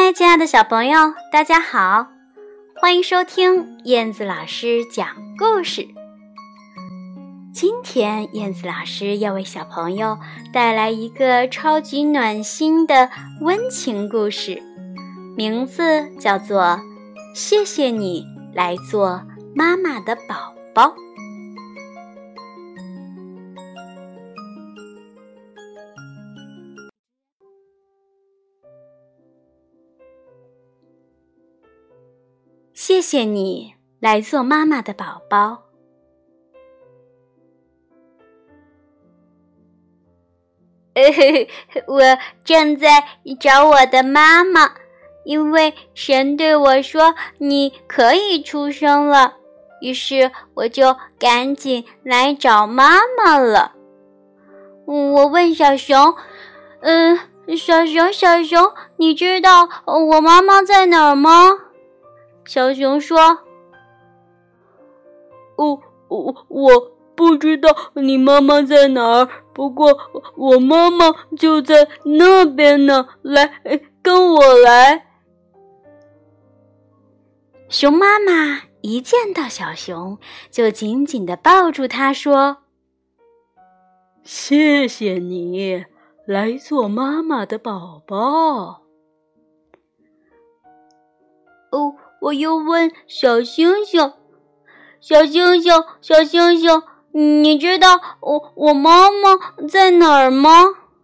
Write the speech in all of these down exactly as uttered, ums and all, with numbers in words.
嗨，亲爱的小朋友，大家好，欢迎收听燕子老师讲故事。今天燕子老师要为小朋友带来一个超级暖心的温情故事，名字叫做《谢谢你来做妈妈的宝宝》。谢谢你来做妈妈的宝宝。呃呵呵，我正在找我的妈妈，因为神对我说你可以出生了，于是我就赶紧来找妈妈了。我问小熊，嗯，小熊小熊，你知道我妈妈在哪儿吗？小熊说， 哦，我我不知道你妈妈在哪儿，不过我妈妈就在那边呢，来，跟我来。 熊妈妈一见到小熊，就紧紧地抱住它说， 谢谢你来做妈妈的宝宝。 哦，我又问小星星，小星星，小星星，你知道我我妈妈在哪儿吗？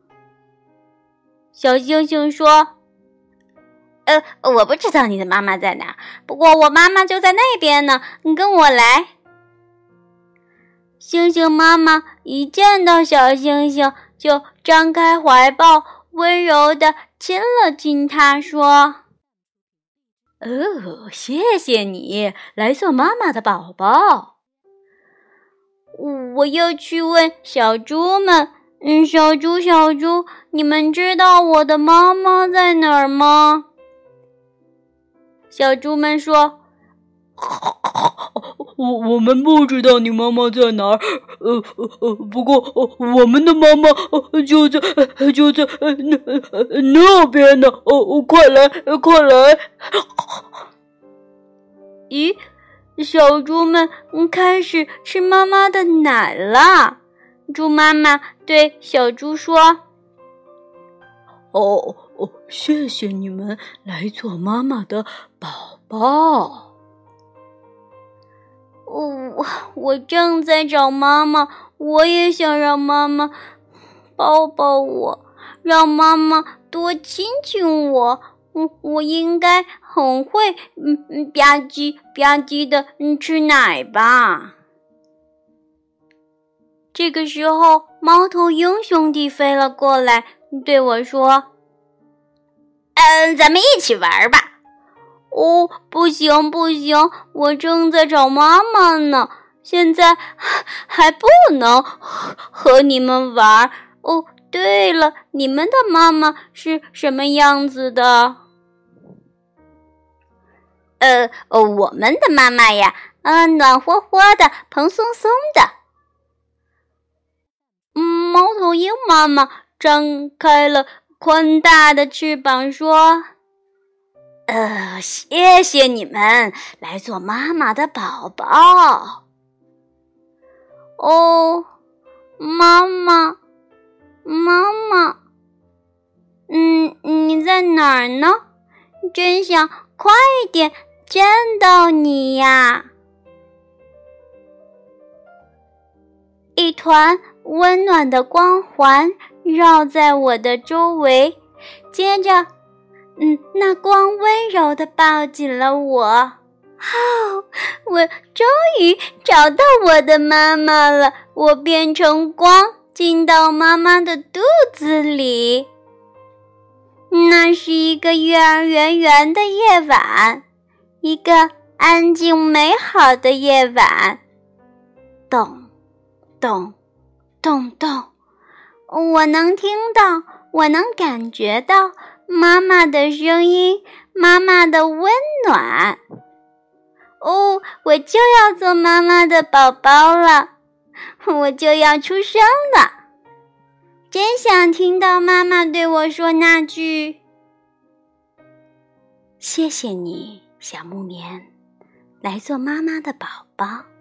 小星星说，呃，我不知道你的妈妈在哪儿，不过我妈妈就在那边呢，你跟我来。星星妈妈一见到小星星，就张开怀抱，温柔地亲了亲它，说， 哦，谢谢你来做妈妈的宝宝。 我又去问小猪们，嗯，小猪小猪，你们知道我的妈妈在哪儿吗？小猪们说， 我我们不知道你妈妈在哪儿，呃呃，不过我们的妈妈就在就在那那边呢，哦，快来快来！ 咦，小猪们开始吃妈妈的奶了。猪妈妈对小猪说， 哦哦，谢谢你们来做妈妈的宝宝。 我我正在找妈妈，我也想让妈妈抱抱我，让妈妈多亲亲我。我我应该很会嗯嗯吧唧吧唧的嗯吃奶吧。这个时候，猫头鹰兄弟飞了过来，对我说，嗯，咱们一起玩吧。哦，不行不行，我正在找妈妈呢，现在还不能和你们玩。哦，对了，你们的妈妈是什么样子的？呃，我们的妈妈呀，呃，暖和和的，蓬松松的。嗯，猫头鹰妈妈张开了宽大的翅膀说，呃，谢谢你们来做妈妈的宝宝。哦，妈妈，妈妈，嗯，你在哪儿呢？真想快一点见到你呀！一团温暖的光环绕在我的周围，接着嗯，那光温柔地抱紧了我。哦，我终于找到我的妈妈了，我变成光，进到妈妈的肚子里。那是一个月儿圆圆的夜晚，一个安静美好的夜晚。咚，咚，咚咚，我能听到，我能感觉到妈妈的声音，妈妈的温暖。哦，我就要做妈妈的宝宝了，我就要出生了。真想听到妈妈对我说那句， 谢谢你，小木棉，来做妈妈的宝宝。